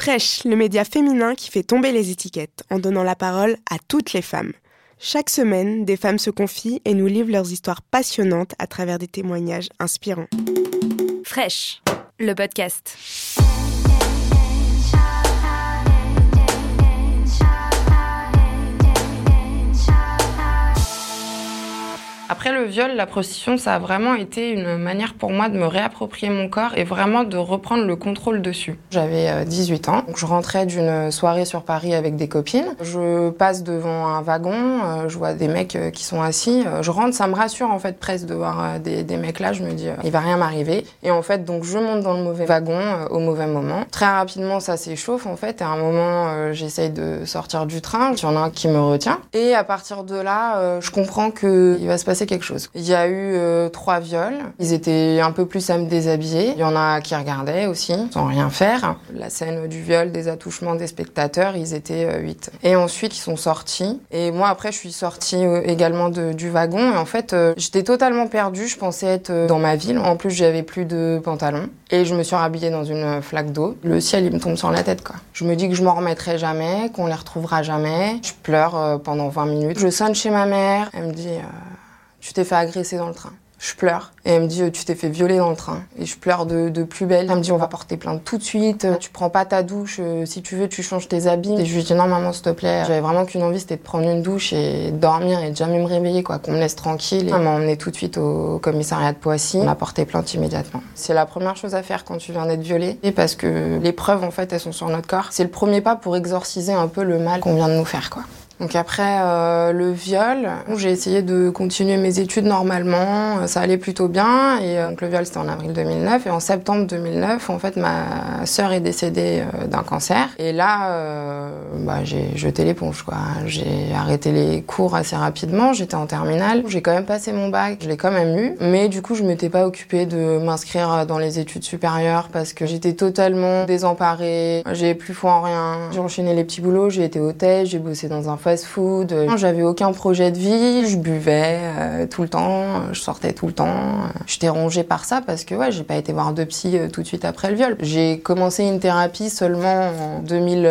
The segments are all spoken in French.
Fresh, le média féminin qui fait tomber les étiquettes en donnant la parole à toutes les femmes. Chaque semaine, des femmes se confient et nous livrent leurs histoires passionnantes à travers des témoignages inspirants. Fresh, le podcast. Après le viol, la prostitution, ça a vraiment été une manière pour moi de me réapproprier mon corps et vraiment de reprendre le contrôle dessus. J'avais 18 ans, donc je rentrais d'une soirée sur Paris avec des copines. Je passe devant un wagon, je vois des mecs qui sont assis. Je rentre, ça me rassure en fait presque de voir des mecs là. Je me dis, il va rien m'arriver. Et en fait, donc je monte dans le mauvais wagon au mauvais moment. Très rapidement, ça s'échauffe en fait. Et à un moment, j'essaye de sortir du train. Il y en a un qui me retient. Et à partir de là, je comprends qu'il va se passer quelque chose. Il y a eu 3 viols. Ils étaient un peu plus à me déshabiller. Il y en a qui regardaient aussi, sans rien faire. La scène du viol, des attouchements des spectateurs, ils étaient 8. Et ensuite, ils sont sortis. Et moi, après, je suis sortie également du wagon. Et en fait, j'étais totalement perdue. Je pensais être dans ma ville. En plus, j'avais plus de pantalon. Et je me suis rhabillée dans une flaque d'eau. Le ciel, il me tombe sur la tête, quoi. Je me dis que je m'en remettrai jamais, qu'on les retrouvera jamais. Je pleure pendant 20 minutes. Je sonne chez ma mère. Elle me dit... Tu t'es fait agresser dans le train. Je pleure. Et elle me dit, tu t'es fait violer dans le train. Et je pleure de plus belle. Elle me dit, on va porter plainte tout de suite. Tu prends pas ta douche. Si tu veux, tu changes tes habits. Et je lui dis, non, maman, s'il te plaît. J'avais vraiment qu'une envie, c'était de prendre une douche et de dormir et de jamais me réveiller, quoi. Qu'on me laisse tranquille. Et elle m'a emmenée tout de suite au commissariat de Poissy. On a porté plainte immédiatement. C'est la première chose à faire quand tu viens d'être violée. Et parce que les preuves, en fait, elles sont sur notre corps. C'est le premier pas pour exorciser un peu le mal qu'on vient de nous faire, quoi. Donc après le viol, j'ai essayé de continuer mes études normalement, ça allait plutôt bien. Et donc le viol c'était en avril 2009 et en septembre 2009, en fait ma sœur est décédée d'un cancer. Et là, j'ai jeté l'éponge, quoi. J'ai arrêté les cours assez rapidement, j'étais en terminale. J'ai quand même passé mon bac, je l'ai quand même eu. Mais du coup je m'étais pas occupée de m'inscrire dans les études supérieures parce que j'étais totalement désemparée, j'avais plus foi en rien. J'ai enchaîné les petits boulots, j'ai été hôtesse, j'ai bossé dans un fast-food. J'avais aucun projet de vie, je buvais tout le temps, je sortais tout le temps. J'étais rongée par ça parce que j'ai pas été voir de psy tout de suite après le viol. J'ai commencé une thérapie seulement en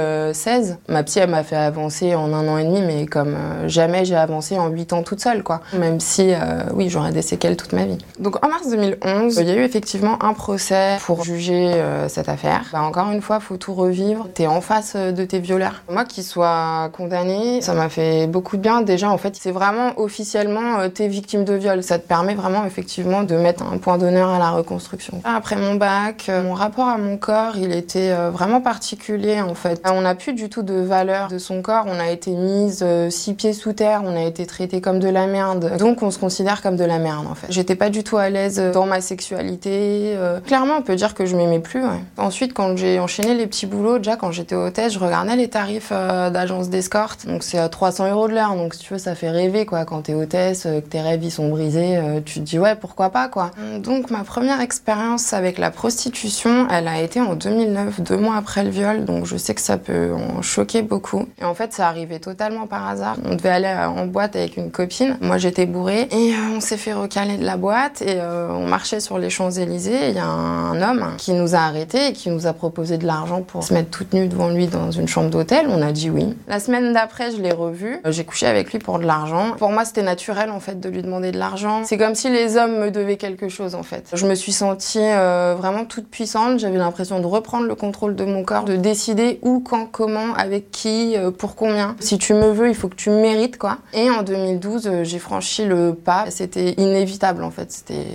2016. Ma psy elle m'a fait avancer en 1 an et demi, mais comme jamais j'ai avancé en 8 ans toute seule, quoi. Même si j'aurais des séquelles toute ma vie. Donc en mars 2011, il y a eu effectivement un procès pour juger cette affaire. Encore une fois, faut tout revivre. T'es en face de tes violeurs. Moi qui sois condamnée, ça m'a fait beaucoup de bien. Déjà, en fait, c'est vraiment officiellement t'es victime de viol. Ça te permet vraiment, effectivement, de mettre un point d'honneur à la reconstruction. Après mon bac, mon rapport à mon corps, il était vraiment particulier, en fait. On n'a plus du tout de valeur de son corps. On a été mise 6 pieds sous terre. On a été traité comme de la merde. Donc, on se considère comme de la merde, en fait. J'étais pas du tout à l'aise dans ma sexualité. Clairement, on peut dire que je m'aimais plus, ouais. Ensuite, quand j'ai enchaîné les petits boulots, déjà, quand j'étais hôtesse, je regardais les tarifs d'agence d'escorte. Donc, c'est à 300 € de l'heure, donc si tu veux, ça fait rêver, quoi. Quand t'es hôtesse, que tes rêves ils sont brisés, tu te dis ouais, pourquoi pas, quoi. Donc ma première expérience avec la prostitution, elle a été en 2009, 2 mois après le viol, donc je sais que ça peut en choquer beaucoup. Et en fait, ça arrivait totalement par hasard. On devait aller en boîte avec une copine, moi j'étais bourrée, et on s'est fait recaler de la boîte, et on marchait sur les Champs-Élysées, et il y a un homme qui nous a arrêtés et qui nous a proposé de l'argent pour se mettre toute nue devant lui dans une chambre d'hôtel. On a dit oui. La semaine d'après, je l'ai revu. J'ai couché avec lui pour de l'argent. Pour moi, c'était naturel, en fait, de lui demander de l'argent. C'est comme si les hommes me devaient quelque chose, en fait. Je me suis sentie vraiment toute puissante. J'avais l'impression de reprendre le contrôle de mon corps, de décider où, quand, comment, avec qui, pour combien. Si tu me veux, il faut que tu me mérites, quoi. Et en 2012, j'ai franchi le pas. C'était inévitable, en fait. C'était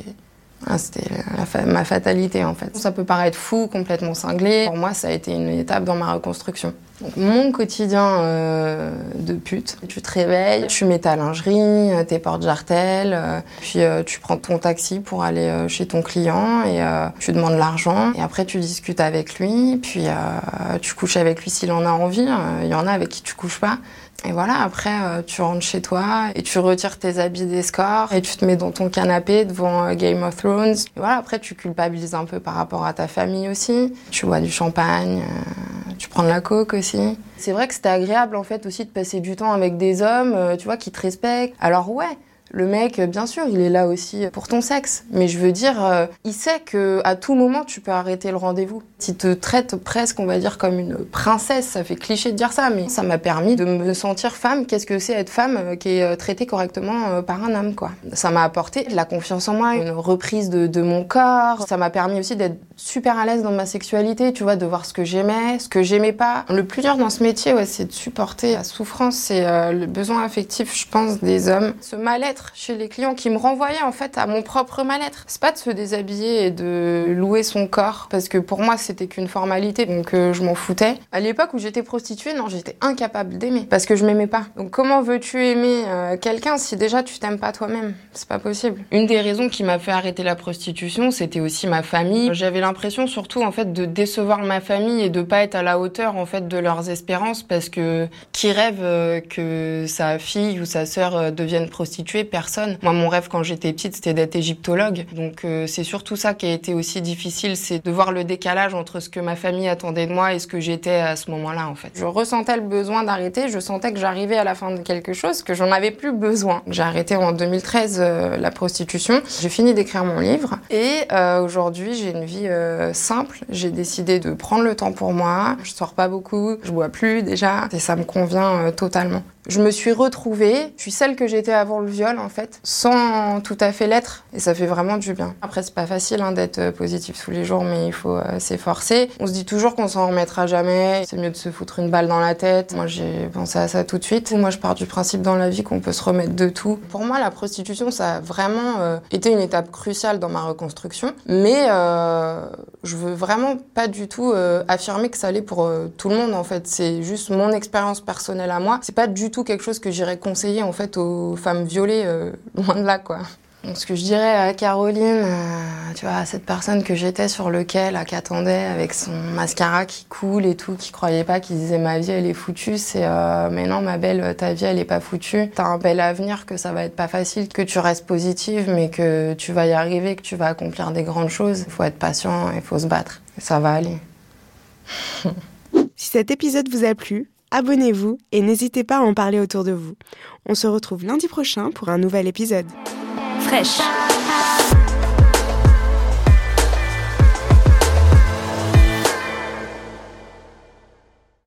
ma fatalité, en fait. Ça peut paraître fou, complètement cinglé. Pour moi, ça a été une étape dans ma reconstruction. Donc, mon quotidien de pute, tu te réveilles, tu mets ta lingerie, tes porte-jartelles, puis tu prends ton taxi pour aller chez ton client et tu demandes l'argent. Et après, tu discutes avec lui, puis tu couches avec lui s'il en a envie. Il y en a avec qui tu couches pas. Et voilà, après, tu rentres chez toi et tu retires tes habits d'escorte et tu te mets dans ton canapé devant Game of Thrones. Et voilà, après, tu culpabilises un peu par rapport à ta famille aussi. Tu bois du champagne, tu prends de la coke aussi. C'est vrai que c'était agréable, en fait, aussi de passer du temps avec des hommes, tu vois, qui te respectent. Alors ouais, le mec, bien sûr, il est là aussi pour ton sexe. Mais je veux dire, il sait qu'à tout moment, tu peux arrêter le rendez-vous. Ils te traitent presque, on va dire, comme une princesse. Ça fait cliché de dire ça, mais ça m'a permis de me sentir femme. Qu'est-ce que c'est être femme qui est traitée correctement par un homme, quoi. Ça m'a apporté de la confiance en moi, une reprise de mon corps. Ça m'a permis aussi d'être super à l'aise dans ma sexualité, tu vois, de voir ce que j'aimais, ce que j'aimais pas. Le plus dur dans ce métier, c'est de supporter la souffrance, c'est le besoin affectif, je pense, des hommes. Ce mal-être chez les clients qui me renvoyait en fait à mon propre mal-être. C'est pas de se déshabiller et de louer son corps, parce que pour moi c'était qu'une formalité, donc je m'en foutais. À l'époque où j'étais prostituée, non, j'étais incapable d'aimer, parce que je m'aimais pas. Donc comment veux-tu aimer quelqu'un si déjà tu t'aimes pas toi-même? C'est pas possible. Une des raisons qui m'a fait arrêter la prostitution, c'était aussi ma famille. J'avais l'impression surtout en fait de décevoir ma famille et de pas être à la hauteur en fait de leurs espérances, parce que qui rêve que sa fille ou sa sœur devienne prostituée? Personne. Moi, mon rêve quand j'étais petite, c'était d'être égyptologue. Donc c'est surtout ça qui a été aussi difficile, c'est de voir le décalage entre ce que ma famille attendait de moi et ce que j'étais à ce moment-là en fait. Je ressentais le besoin d'arrêter, je sentais que j'arrivais à la fin de quelque chose, que j'en avais plus besoin. J'ai arrêté en 2013 la prostitution. J'ai fini d'écrire mon livre et aujourd'hui j'ai une vie simple. J'ai décidé de prendre le temps pour moi. Je sors pas beaucoup, je bois plus déjà et ça me convient totalement. Je me suis retrouvée, je suis celle que j'étais avant le viol en fait, sans tout à fait l'être, et ça fait vraiment du bien. Après c'est pas facile d'être positif tous les jours, mais il faut s'efforcer. On se dit toujours qu'on s'en remettra jamais, c'est mieux de se foutre une balle dans la tête. Moi j'ai pensé à ça tout de suite. Moi je pars du principe dans la vie qu'on peut se remettre de tout. Pour moi la prostitution ça a vraiment été une étape cruciale dans ma reconstruction, mais je veux vraiment pas du tout affirmer que ça allait pour tout le monde en fait. C'est juste mon expérience personnelle à moi. C'est pas du tout quelque chose que j'irais conseiller en fait aux femmes violées, loin de là quoi. Donc, ce que je dirais à Caroline, tu vois, cette personne que j'étais sur le quai, là, qui attendait avec son mascara qui coule et tout, qui croyait pas, qui disait ma vie elle est foutue, c'est mais non ma belle, ta vie elle est pas foutue. T'as un bel avenir, que ça va être pas facile, que tu restes positive, mais que tu vas y arriver, que tu vas accomplir des grandes choses. Il faut être patient, il faut se battre, et ça va aller. Si cet épisode vous a plu, abonnez-vous et n'hésitez pas à en parler autour de vous. On se retrouve lundi prochain pour un nouvel épisode. Fraîche.